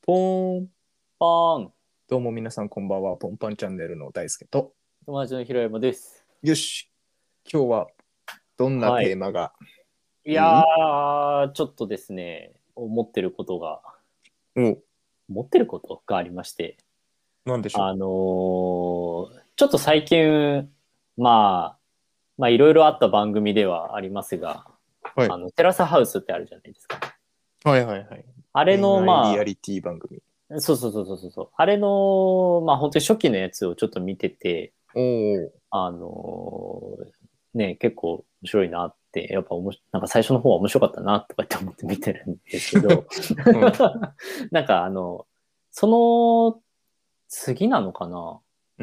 ポーン。 パーン。 どうも皆さんこんばんは。ポンパンチャンネルの大輔と。 友達の平山です。 よし。今日はどんなはい。 テーマがいやいい？ ちょっとですね、 お、 思ってることがありまして、 なんでしょちょっと最近、まあ、いろいろあった番組ではありますが、 う。はい。 テラスハウスってあるじゃないですか。 はいはいはい。 あれの、 恋愛リアリティ番組。 そうそうそうそうそう。あれの、本当に初期のやつをちょっと見てて、 おお。 あの結構面白いなって、やっぱなんか最初の方は面白かったなとかって思って見てるんですけど、 うん。 なんかその次なのかな、 うん。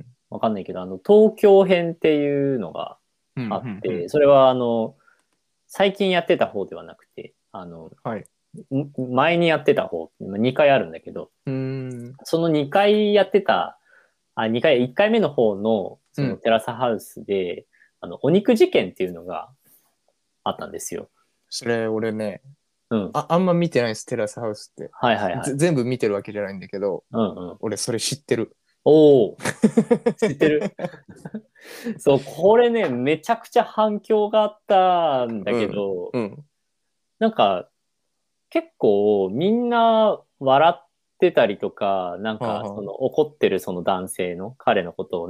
わかんないけど、東京編っていうのがうん。 あっうん。うん。 て、それは最近やってた方ではなくて、 はい。 前にやってた方、2回あるんだけど、 うーん。 その2回やってた、2回、1回目の方の、そのうん。 テラスハウスで、お肉事件っていうのがあったんですよ。 それ俺ね、 うん。 あんま見てないです、テラスハウスって。 はいはいはい。 全部見てるわけじゃないんだけど、 うんうん。 俺それ知ってる。 おお、知ってる。そう、これね、めちゃくちゃ反響があったんだうん。 けど、 うん。 なんか、結構みんな笑ってたりとか、 はあは怒ってるその男性の彼のことを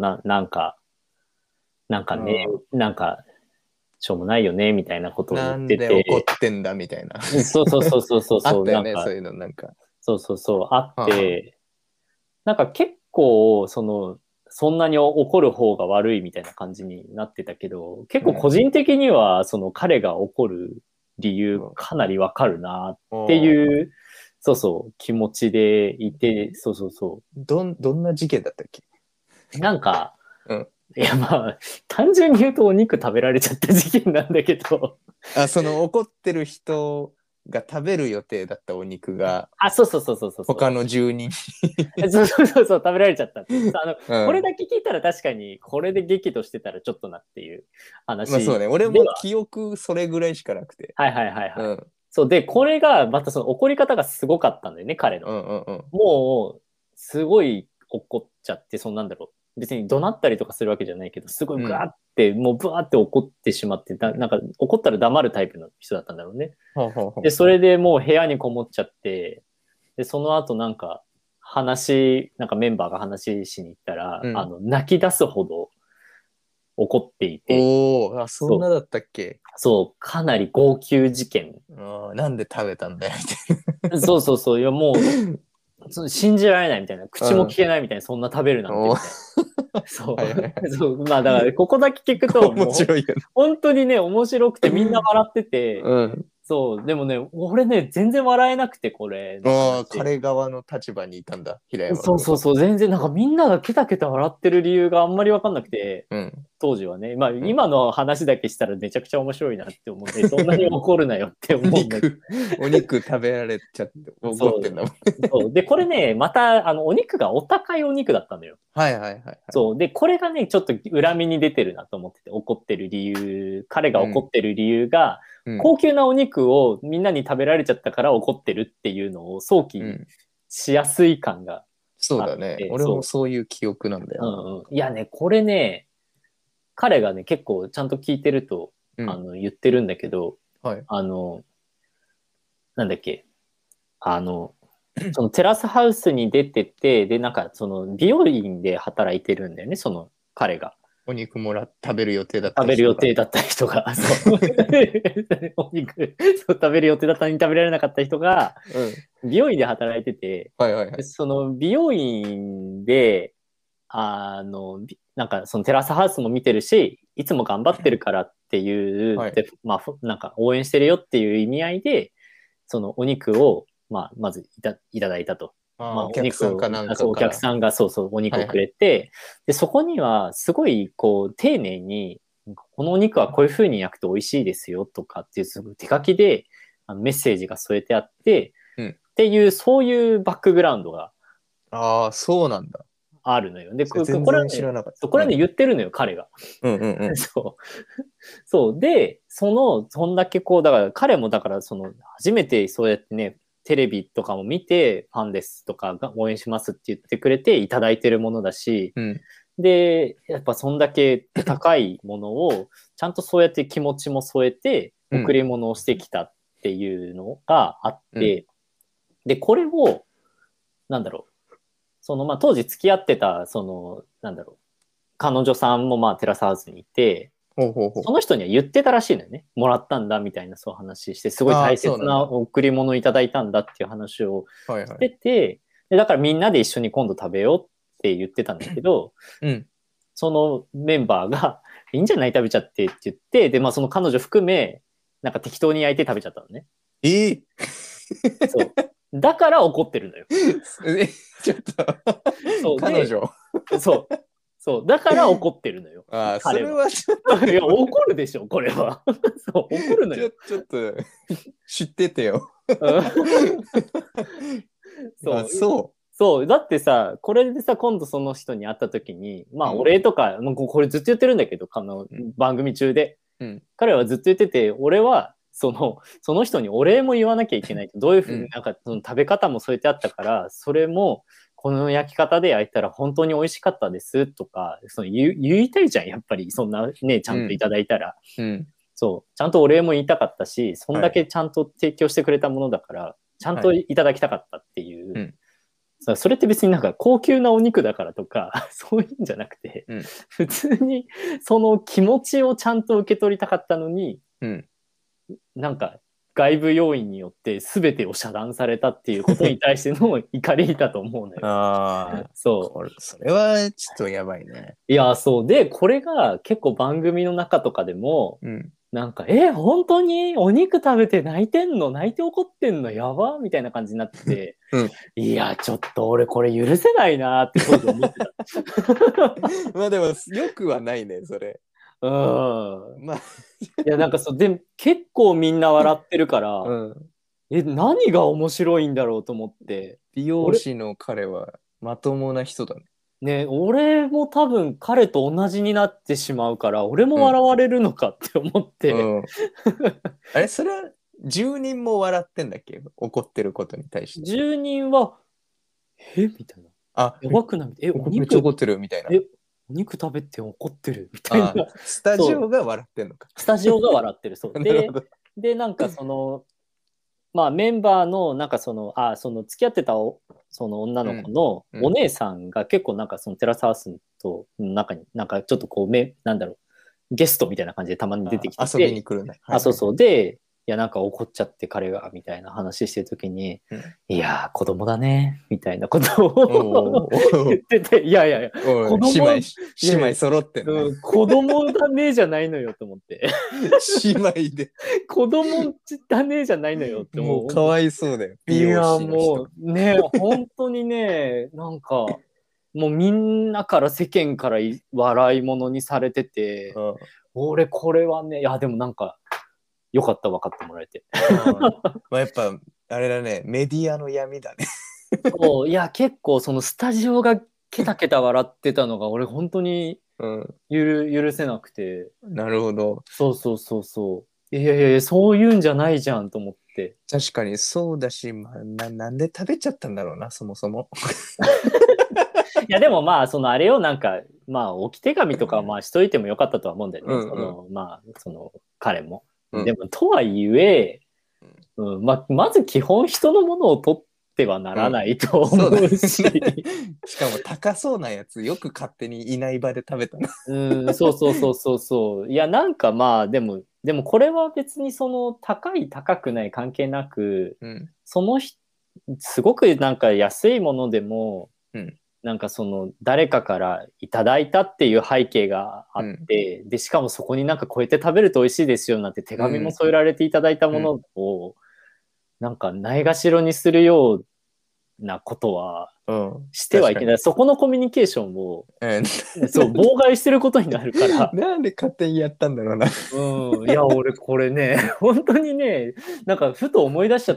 なんかね、 あ。 なんか、しょうもないよね、みたいなことを言ってなんで怒って、 てんだみたいな。 そうそうそうそうそうそう、 あったよね、そういうのなんか。 そうそうそう、あっはあはて、なんか結構、そんなに怒る方が悪いみたいな感じになってたけど、結あ。うん。 構個人的には、その彼が怒る理由うん。 かなりわかるなっておー。 いう、そうそう、気持ちでいて、そうそうそどんな事件だったっけ？ う。なんか、 うん。 いや単純に言うとお肉食べられちゃった事件なんだけど、 あ、その怒ってる人が食べる予定だったお肉があ、そうそうそうそうそうそ他の住人う。そうそうそうそう、食べられちゃったっていう。さうこれだん。 け聞いたら確かに、これで激怒してたらちょっとなっていう話まあそうね。俺では、 も記憶それぐらいしかなくて。 はいはいはいはい。 うん。 そう。で、これが、またその怒り方がすごかったんだよね、彼の。 うんうんうん。 もう、すごい怒っちゃって、なんだろう。別に怒鳴ったりとかするわけじゃないけど、すごいうん。 グワって、もうブワーって怒ってしまって、なんか怒ったら黙るタイプの人だったんだろうね。 ほうほうほで、 う。 それでもう部屋にこもっちゃって、で、その後なんかメンバーが話しに行ったら、 うん。 泣き出すほど怒っていて、 おー、あ、そんなそう、 だったっけ？ そう、かなり号泣事件。 あー、なんで食べたんだよ、みそうそうそう、いやもう、 たい信じられないみたいな、口も聞な。 けないみたいな、そんな食べるなうん。おんてみたいな。 ー、 そはいはいはう。 い。 そう。だから、ここだけ聞くと、 面白いよね。 本当にね、面白くてみんな笑ってて、 うん。 そう。でもね、俺ね、全然笑えなくて、これのああ、 話。 彼側の立場にいたんだ、平山くんは。 そうそうそう、全然なんかみんながケタケタ笑ってる理由があんまりわかんなくて、 うん。 当時はね。 うん。 今の話だけしたらめちゃくちゃ面白いなって思うんで、そんなに怒るなよってお思うんだけ肉、お肉食べられちゃってど。 怒ってんだもん。 そう。で、これね、また、お肉がお高いお肉だったのよ。 はいはいはいはい。 そう。で、これがね、ちょっと恨みに出てるなと思ってて、怒ってる理由、彼がうん。 怒ってる理由が、 うん。 高級なお肉をみんなに食べられちゃったから怒ってるっていうのを想起うん。 しやすい感があっそうだね。 て、 俺もそういう記憶なんだよな。 うんうん。いやね、これね、彼がね、結構ちゃんと聞いてると、 うん。 言ってるんだけど、 はい。 あの、なんだっけ、あの、そのテラスハウスに出てて、で、なんかその美容院で働いてるんだよね、その彼が。 お肉食べる予定だっ食べるた人が。 予定だった人が、そう。お肉、そう、食べる予定だったのに食べられなかった人が、 うん。 美容院で働いてて、ではいはいはい。 その美容院で、なんかそのテラスハウスも見てるし、いつも頑張ってるからっていう、 はい。 なんか応援してるよっていう意味合いで、そのお肉を、まずいただいたと。 ああ、おお肉を、 客さんかなんそう、おかから。 客さんがそうそう、お肉をくはいはい。 れて、で、そこには、すごい、こう、丁寧に、このお肉はこういう風に焼くと美味しいですよとかっていう、すごい手書きで、メッセージが添えてあって、 うん。 っていう、そういうバックグラウンドがああ、そうなんだ。 あるのよ。で、 それ全然知これはね、 らなかった。 これはね、 うん。 言ってるのよ、彼が。 うんうんうん。 そう。そう。で、そんだけこう、だから彼もだから、初めてそうやってね、 テレビとかも見て、ファンですとかが応援しますって言ってくれていただいてるものだし、 うん。 で、やっぱそんだけ高いものを、ちゃんとそうやって気持ちも添えて、贈り物をしてきたっていうのがあって、で、これを、なんだろう、その、まあ、当時付き合ってた、その、なんだろう、彼女さんもまあ、テラスハウスにいて、 ほうほうほう。 その人には言ってたらしいのよね。もらったんだみたいなそう話して、すごい大切な贈り物をいただいたんだっていう話をしてて、でだからみんなで一緒に今度食べようって言ってたんだけど、 うん、 そのメンバーが、いいんじゃない食べちゃってって言って、で、まあその彼女含め、なんか適当に焼いて食べちゃったのね。そう。だから怒ってるのよ。 ちょっとそう彼女。 そう。そう。だから怒ってるのよ。 ああ、それはちょっと。いや、怒るでしょ、これは。そう、怒るのよ。 ちょっと、知っててよ。 そう。 そう。 そう。だってさ、これでさ、今度その人に会った時に、まあ、お礼とか、もうこれずっと言ってるんだけど、番組中で。彼はずっと言ってて、俺は、その人にお礼も言わなきゃいけない。どういうふうに、なんか、その食べ方も添えてあったから、それも、この焼き方で焼いたら本当に美味しかったですとか、言いたいじゃん、やっぱり。そんなね、ちゃんといただいたら。そう。ちゃんとお礼も言いたかったし、そんだけちゃんと提供してくれたものだから、ちゃんといただきたかったっていう。それって別になんか高級なお肉だからとか、そういうんじゃなくて、普通にその気持ちをちゃんと受け取りたかったのに、なんか外部要因によって全てを遮断されたっていうことに対しての怒りだと思うのよ。 ああ、 そう。 それはちょっとやばいね。 いや、そう。で、これが結構番組の中とかでも、なんか、本当にお肉食べて泣いてんの泣いて怒ってんのやばみたいな感じになってて、いや、ちょっと俺これ許せないなって当時思ってた。 まあでも、よくはないね、それ。 まあ。いや、なんかで結構みんな笑ってるから、何が面白いんだろうと思って。 美容師の彼はまともな人だね。 ね、俺も多分彼と同じになってしまうから、俺も笑われるのかって思って。 あれ、それは10人も笑ってんだっけ、怒ってることに対して。 10人は、みたいな。やばくない？ お肉怒ってるみたいな。 お肉食べて怒ってるみたいな。 スタジオが笑ってんのか。 スタジオが笑ってる、そう。で、なんかまあメンバーの、なんかその付き合ってたその女の子のお姉さんが結構なんかそのテラスハウスと中になんかちょっとこうなんだろう、ゲストみたいな感じでたまに出てきてて。 遊びに来るね。 そうそう。で、いやなんか怒っちゃって彼がみたいな話してるときに、いやー子供だねみたいなことを言ってて、いや子供姉妹揃ってる、子供だねじゃないのよと思って。 姉妹で子供だねじゃないのよってもうかわいそうだよ。 いやもうね、本当にね、なんかもうみんなから世間から笑い物にされてて、俺これはね、いやでもなんかよかった、分かってもらえて。 まあやっぱあれだね、メディアの闇だね。 そう、いや結構そのスタジオがケタケタ笑ってたのが俺本当に許せなくて。 なるほど。 そう。いやそういうんじゃないじゃんと思って。 確かにそうだし、なんで食べちゃったんだろうな、そもそも。 いやでもまああれをなんかまあ置き手紙とかまあしといてもよかったとは思うんだよね。まあ彼も。でもとはいえ、まず基本人のものを取ってはならないと思うし、 しかも高そうなやつよく勝手にいない場で食べたな。 そう。いやなんかまあでもこれは別に高い高くない関係なく、すごくなんか安いものでも、なんか誰かからいただいたっていう背景があって、でしかもそこになんかこうやって食べると美味しいですよなんて手紙も添えられていただいたものを、なんかないがしろにするようなことはしてはいけない。そこのコミュニケーションを、妨害してることになるから。 なんで勝手にやったんだろうな。 いや俺これね本当にね、なんかふと思い出しちゃって、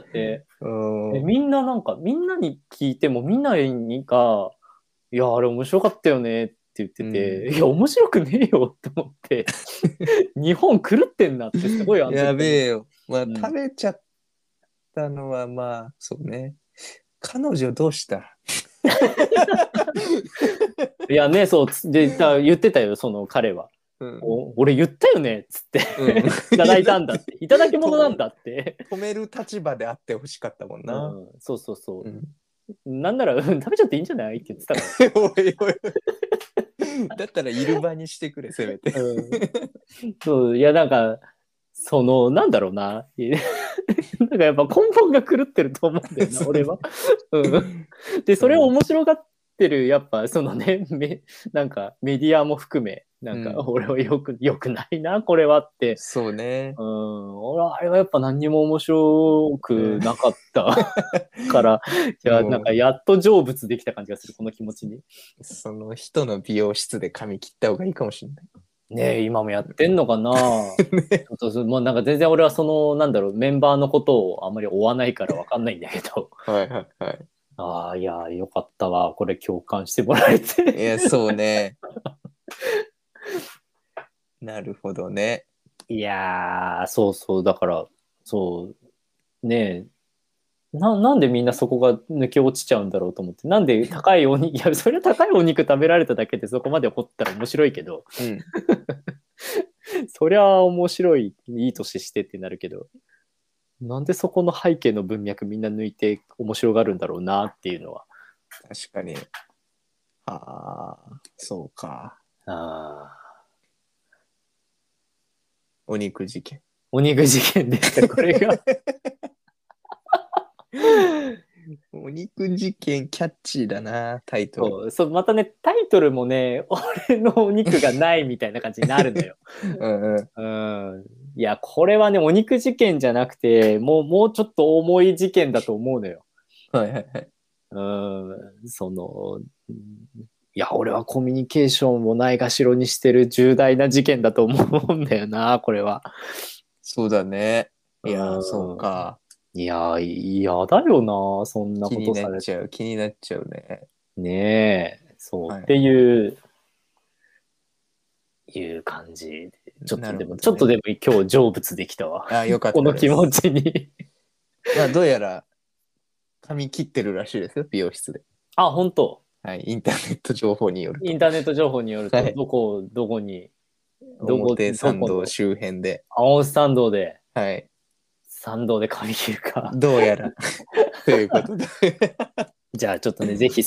みんなに聞いてもみんながいやあれ面白かったよねって言ってて、いや面白くねえよって思って日本狂ってんなってすごいやべえよ。まあ食べちゃったのはまあ、そうね。彼女どうした？ いやね、そう、言ってたよ、その彼は。 うん、 俺言ったよねっつって、 うん、 いただいたんだって。いただき物なんだって。 止める立場であってほしかったもんな。 そうそうそう。 うん、 なんなら、食べちゃっていいんじゃないって言ってたから。 おいおい。だったらいる場にしてくれ、せめて。 そう、いや、なんか、なんだろうな。なんかやっぱ根本が狂ってると思うんだよな、俺は。うん。で、それを面白がってる、やっぱ、なんかメディアも含め、なんか、俺はよくないな、これはって。 そうね。 俺はあれはやっぱ何にも面白くなかったから、いや、なんかやっと成仏できた感じがする、この気持ちに。 その人の美容室で髪切った方がいいかもしれない。 ねえ、今もやってんのかなね、もうなんか全然俺はなんだろう、メンバーのことをあんまり追わないからわかんないんだけど。 はいはいはい。 ああ、いや、よかったわ。これ共感してもらえて。 いや、そうね。なるほどね。 いやー、そうそう、だから、そう、ねえ、なんでみんなそこが抜け落ちちゃうんだろうと思って。なんで高いお肉、いや、それは高いお肉食べられただけでそこまで怒ったら面白いけど、 うん。 そりゃ面白い、いい年してってなるけど、なんでそこの背景の文脈みんな抜いて面白がるんだろうなっていうのは。 確かに。ああ、そうか。 あお肉事件。 お肉事件でした、これが。 お肉事件キャッチーだな、タイトル。 そう、またね、タイトルもね、俺のお肉がないみたいな感じになるのよ。 うんうん。 うん。いや、これはね、お肉事件じゃなくて、もうちょっと重い事件だと思うのよ。 はいはいはい。 うん、いや、俺はコミュニケーションをないがしろにしてる重大な事件だと思うんだよな、これは。 そうだね。いや、そううん。 か。 いや、嫌だよな、そんな気にことされて。 なっちゃう、気になっちゃうね。 ねえ、そう、ってはい。 いう感じで。 なるほちょっとでもどね。 今日成仏できたわ。 あ、よかっこの気持たです。 ちに。 まあ、どうやら髪切ってるらしいですよ、美容室で。 あ、本当。 はい、インターネット情報によると。 インターネット情報によると、 はい。 どこに、 表参道どこの、 周辺で。 青参道で、 はい。 参道で髪切るか。 どうやらということで。 じゃあちょっとね、ぜひ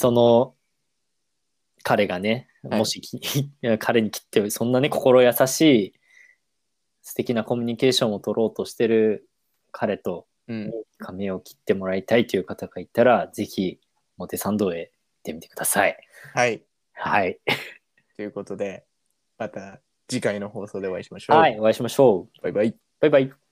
彼がね、 はい。 もし彼に切って、そんなね、心優しい、素敵なコミュニケーションを取ろうとしてる彼と、 うん。 髪を切ってもらいたいという方がいたら、ぜひ、表参道へ行ってみてください。 はい。 はい。 ということで、また次回の放送でお会いしましょはい、お会いしましょう。 う。バイバイ。 バイバイ。